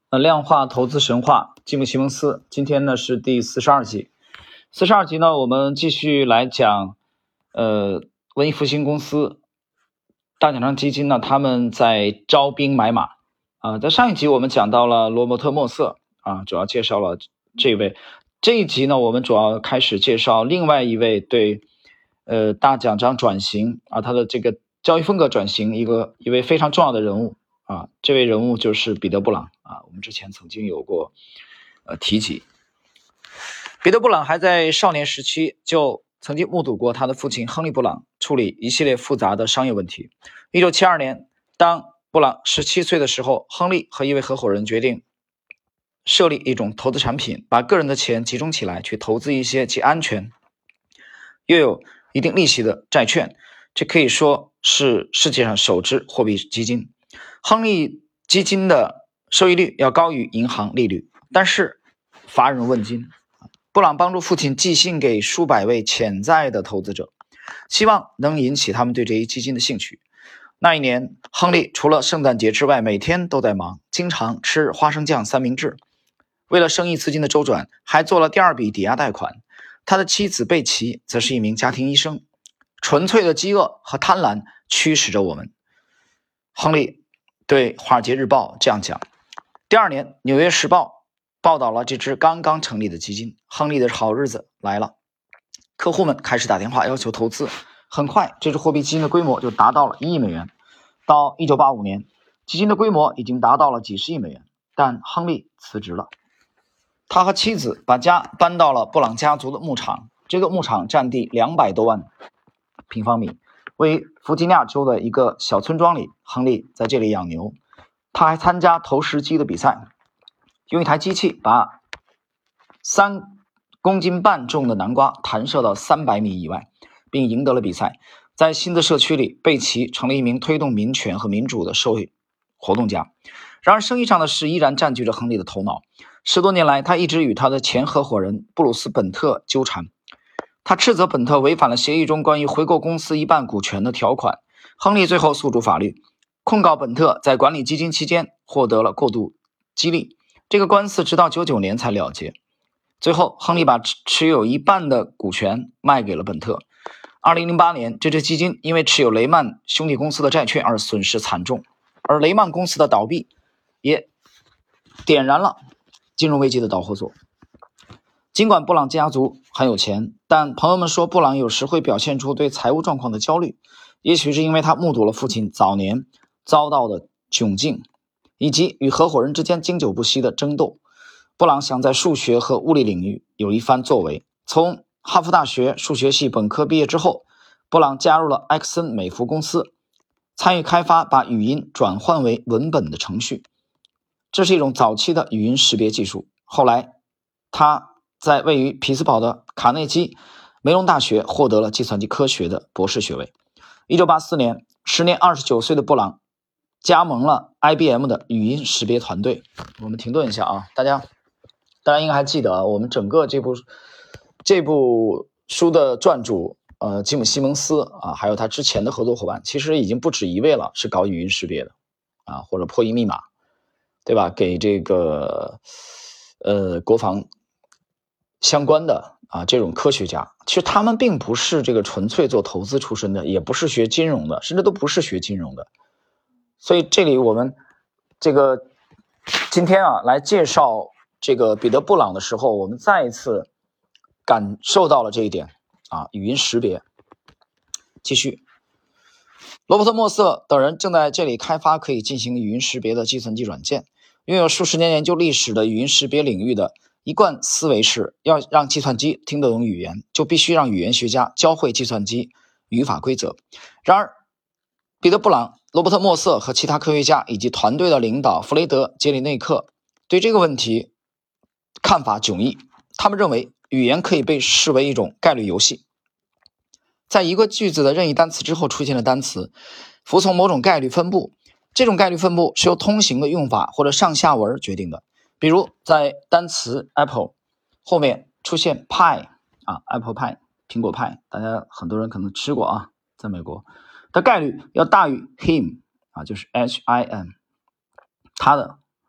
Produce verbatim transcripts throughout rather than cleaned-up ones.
呃，量化投资神话，吉姆·西蒙斯。今天呢是第四十二集。四十二集呢，我们继续来讲，呃，文艺复兴公司大奖章基金呢，他们在招兵买马啊、呃。在上一集我们讲到了罗伯特·莫瑟啊，主要介绍了这位。这一集呢，我们主要开始介绍另外一位对呃大奖章转型啊，他的这个交易风格转型一个一位非常重要的人物。啊，这位人物就是彼得·布朗啊，我们之前曾经有过呃提及。彼得·布朗还在少年时期就曾经目睹过他的父亲亨利·布朗处理一系列复杂的商业问题。一九七二年，当布朗十七岁的时候，亨利和一位合伙人决定设立一种投资产品，把个人的钱集中起来，去投资一些既安全又有一定利息的债券。这可以说是世界上首支货币基金。亨利基金的收益率要高于银行利率，但是乏人问津。布朗帮助父亲寄信给数百位潜在的投资者，希望能引起他们对这一基金的兴趣。那一年，亨利除了圣诞节之外，每天都在忙，经常吃花生酱三明治。为了生意资金的周转，还做了第二笔抵押贷款。他的妻子贝奇则是一名家庭医生。纯粹的饥饿和贪婪驱使着我们。亨利对《华尔街日报》这样讲。第二年，《纽约时报》报道了这支刚刚成立的基金。亨利的好日子来了，客户们开始打电话要求投资。很快，这支货币基金的规模就达到了一亿美元。到一九八五年，基金的规模已经达到了几十亿美元。但亨利辞职了，他和妻子把家搬到了布朗家族的牧场。这个牧场占地两百多万平方米，位于弗吉尼亚州的一个小村庄里。亨利在这里养牛，他还参加投石机的比赛，用一台机器把三公斤半重的南瓜弹射到三百米以外，并赢得了比赛。在新的社区里，贝奇成了一名推动民权和民主的社会活动家。然而，生意上的事依然占据着亨利的头脑。十多年来，他一直与他的前合伙人布鲁斯·本特纠缠。他斥责本特违反了协议中关于回购公司一半股权的条款。亨利最后诉诸法律，控告本特在管理基金期间获得了过度激励。这个官司直到九九年才了结。最后，亨利把持有一半的股权卖给了本特。二零零八年，这支基金因为持有雷曼兄弟公司的债券而损失惨重，而雷曼公司的倒闭也点燃了金融危机的导火索。尽管布朗家族很有钱，但朋友们说布朗有时会表现出对财务状况的焦虑，也许是因为他目睹了父亲早年遭到的窘境，以及与合伙人之间经久不息的争斗。布朗想在数学和物理领域有一番作为。从哈佛大学数学系本科毕业之后，布朗加入了埃克森美孚公司，参与开发把语音转换为文本的程序。这是一种早期的语音识别技术。后来他在位于匹兹堡的卡内基梅隆大学获得了计算机科学的博士学位。一九八四年，时年二十九岁的布朗加盟了 I B M 的语音识别团队。我们停顿一下啊，大家大家应该还记得啊，我们整个这部这部书的撰主呃吉姆·西蒙斯啊，还有他之前的合作伙伴，其实已经不止一位了，是搞语音识别的啊，或者破译密码，对吧？给这个呃国防相关的啊这种科学家，其实他们并不是这个纯粹做投资出身的，也不是学金融的，甚至都不是学金融的。所以这里我们这个今天啊来介绍这个彼得·布朗的时候，我们再一次感受到了这一点啊，语音识别。继续，罗伯特·莫瑟等人正在这里开发可以进行语音识别的计算机软件。拥有数十年研究历史的语音识别领域的一贯思维是，要让计算机听得懂语言，就必须让语言学家教会计算机语法规则。然而，彼得·布朗、罗伯特·莫瑟和其他科学家以及团队的领导弗雷德·杰里内克对这个问题看法迥异。他们认为语言可以被视为一种概率游戏，在一个句子的任意单词之后出现的单词服从某种概率分布，这种概率分布是由通行的用法或者上下文决定的。比如在单词 apple 后面出现 pie 啊 apple pie 苹果派，大家很多人可能吃过啊，在美国的概率要大于 him 啊，就是 H I M 他的，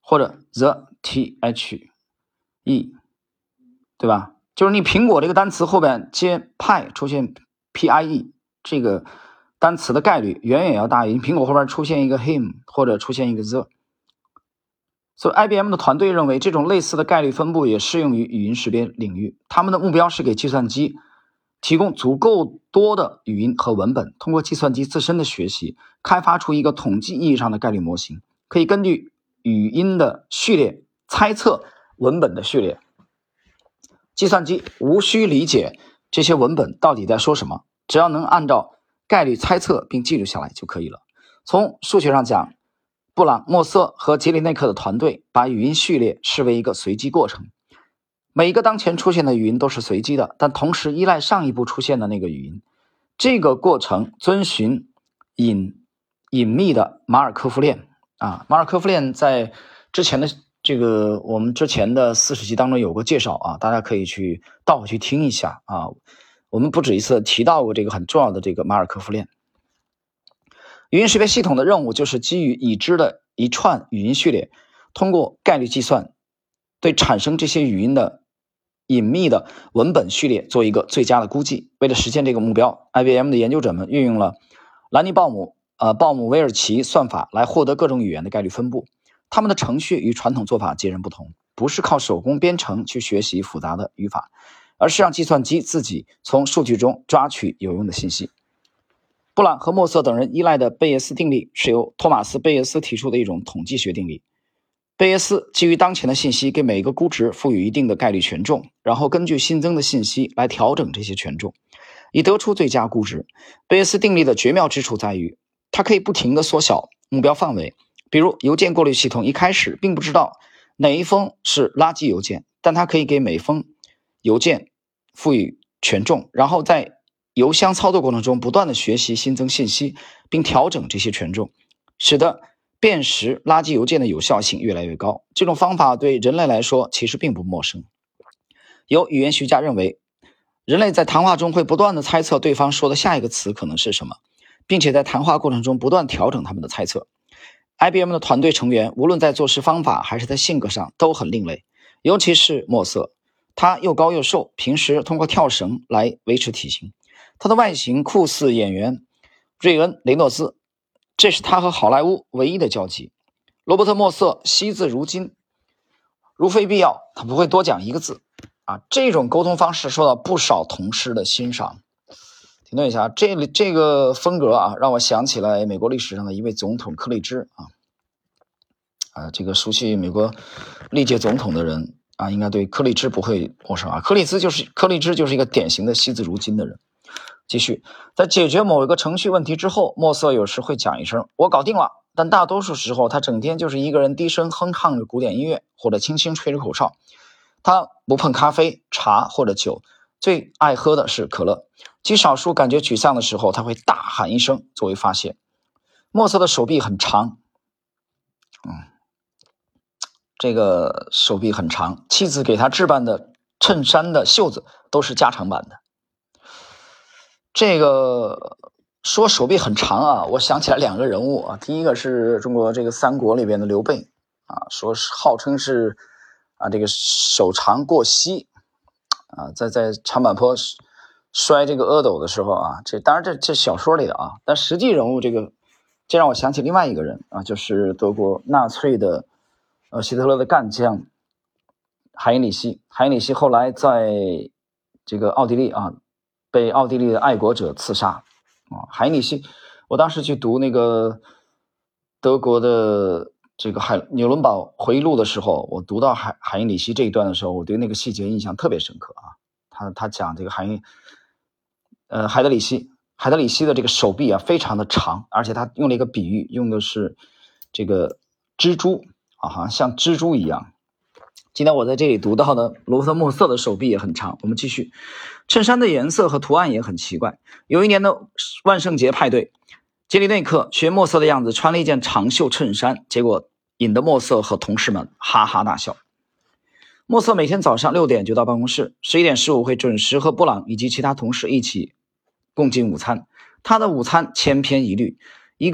或者 the the， 对吧？就是你苹果这个单词后边接派出现 pie 这个单词的概率远远要大于苹果后边出现一个 him 或者出现一个 the。所以 I B M 的团队认为这种类似的概率分布也适用于语音识别领域。他们的目标是给计算机提供足够多的语音和文本，通过计算机自身的学习，开发出一个统计意义上的概率模型，可以根据语音的序列猜测文本的序列。计算机无需理解这些文本到底在说什么，只要能按照概率猜测并记录下来就可以了。从数学上讲，布朗、莫瑟和杰里内克的团队把语音序列视为一个随机过程，每一个当前出现的语音都是随机的，但同时依赖上一步出现的那个语音。这个过程遵循隐隐秘的马尔科夫链啊，马尔科夫链在之前的这个我们之前的四十集当中有过介绍啊，大家可以去倒回去听一下啊。我们不止一次提到过这个很重要的这个马尔科夫链。语音识别系统的任务就是基于已知的一串语音序列，通过概率计算对产生这些语音的隐秘的文本序列做一个最佳的估计。为了实现这个目标， I B M 的研究者们运用了兰尼鲍姆呃鲍姆韦尔奇算法来获得各种语言的概率分布。他们的程序与传统做法截然不同，不是靠手工编程去学习复杂的语法，而是让计算机自己从数据中抓取有用的信息。布朗和莫瑟等人依赖的贝叶斯定理是由托马斯·贝叶斯提出的一种统计学定理。贝叶斯基于当前的信息给每个估值赋予一定的概率权重，然后根据新增的信息来调整这些权重，以得出最佳估值。贝叶斯定理的绝妙之处在于，它可以不停地缩小目标范围。比如邮件过滤系统一开始并不知道哪一封是垃圾邮件，但它可以给每封邮件赋予权重，然后在邮箱操作过程中不断的学习新增信息，并调整这些权重，使得辨识垃圾邮件的有效性越来越高。这种方法对人类来说其实并不陌生。有语言学家认为，人类在谈话中会不断的猜测对方说的下一个词可能是什么，并且在谈话过程中不断调整他们的猜测。I B M 的团队成员无论在做事方法还是在性格上都很另类，尤其是莫瑟，他又高又瘦，平时通过跳绳来维持体型。他的外形酷似演员瑞恩·雷诺兹，这是他和好莱坞唯一的交集。罗伯特·莫瑟惜字如金，如非必要他不会多讲一个字啊。这种沟通方式受到不少同事的欣赏。停顿一下，这里这个风格啊，让我想起来美国历史上的一位总统柯立芝啊，啊，这个熟悉美国历届总统的人啊，应该对柯立芝不会陌生啊。柯立芝就是柯立芝就是一个典型的惜字如金的人。继续，在解决某一个程序问题之后，莫瑟有时会讲一声我搞定了，但大多数时候他整天就是一个人低声哼唱着古典音乐，或者轻轻吹着口哨。他不碰咖啡、茶或者酒，最爱喝的是可乐。极少数感觉沮丧的时候，他会大喊一声作为发泄。莫瑟的手臂很长，嗯，这个手臂很长，妻子给他置办的衬衫的袖子都是加长版的。这个说手臂很长啊，我想起来两个人物啊，第一个是中国这个三国里边的刘备啊，说是号称是啊这个手长过膝啊，在在长坂坡摔这个阿斗的时候啊，这当然这这小说里的啊，但实际人物这个，这让我想起另外一个人啊，就是德国纳粹的呃希特勒的干将海因里希。海因里希后来在这个奥地利啊，被奥地利的爱国者刺杀啊。海因里希，我当时去读那个德国的这个海纽伦堡回忆录的时候，我读到海海因里希这一段的时候，我对那个细节印象特别深刻啊。他他讲这个海因呃海德里希海德里希的这个手臂啊非常的长，而且他用了一个比喻，用的是这个蜘蛛啊，好像像蜘蛛一样。今天我在这里读到的罗伯特·莫瑟的手臂也很长。我们继续，衬衫的颜色和图案也很奇怪。有一年的万圣节派对，杰里内克学莫瑟的样子穿了一件长袖衬衫，结果引得莫瑟和同事们哈哈大笑。莫瑟每天早上六点就到办公室，十一点十五会准时和布朗以及其他同事一起共进午餐。他的午餐千篇一律，一个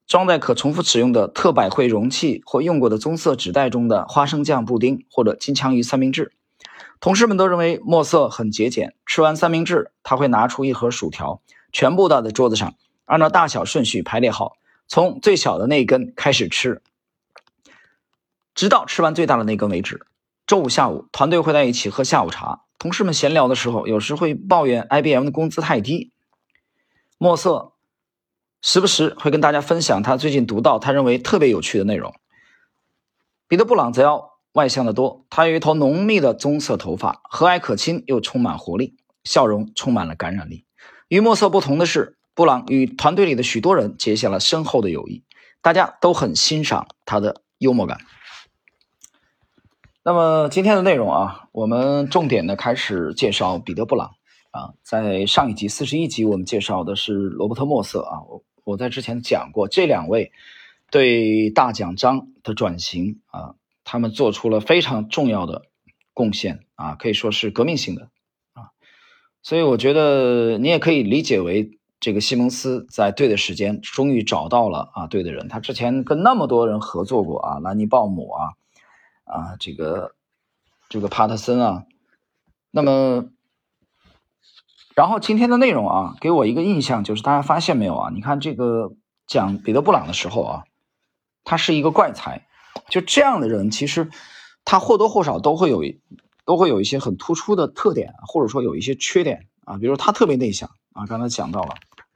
装在可重复使用的特百惠容器或用过的棕色纸袋中的花生酱布丁或者金枪鱼三明治。同事们都认为墨色很节俭，吃完三明治他会拿出一盒薯条，全部倒在桌子上，按照大小顺序排列好，从最小的那一根开始吃，直到吃完最大的那根为止。周五下午，团队会在一起喝下午茶，同事们闲聊的时候有时会抱怨 I B M 的工资太低。墨色时不时会跟大家分享他最近读到他认为特别有趣的内容。彼得·布朗则要外向得多，他有一头浓密的棕色头发，和蔼可亲又充满活力，笑容充满了感染力。与墨色不同的是，布朗与团队里的许多人结下了深厚的友谊，大家都很欣赏他的幽默感。那么今天的内容啊，我们重点的开始介绍彼得·布朗啊。在上一集四十一集我们介绍的是罗伯特·墨色啊，我我在之前讲过，这两位对大奖章的转型啊，他们做出了非常重要的贡献啊，可以说是革命性的啊。所以我觉得你也可以理解为这个西蒙斯在对的时间终于找到了啊对的人。他之前跟那么多人合作过啊，兰尼鲍姆啊。啊，这个这个帕特森啊，那么，然后今天的内容啊，给我一个印象就是，大家发现没有啊？你看这个讲彼得·布朗的时候啊，他是一个怪才，就这样的人，其实他或多或少都会有都会有一些很突出的特点，或者说有一些缺点啊，比如他特别内向啊，刚才讲到了。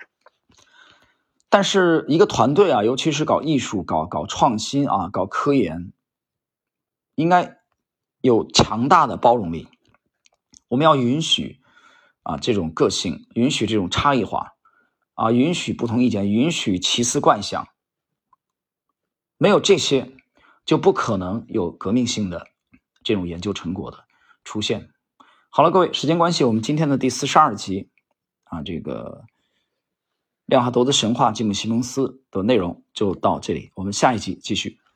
但是一个团队啊，尤其是搞艺术、搞搞创新啊、搞科研，应该有强大的包容力。我们要允许啊这种个性，允许这种差异化啊，允许不同意见，允许奇思怪想。没有这些，就不可能有革命性的这种研究成果的出现。好了，各位，时间关系，我们今天的第四十二集啊，这个量化投资神话吉姆·西蒙斯的内容就到这里，我们下一集继续。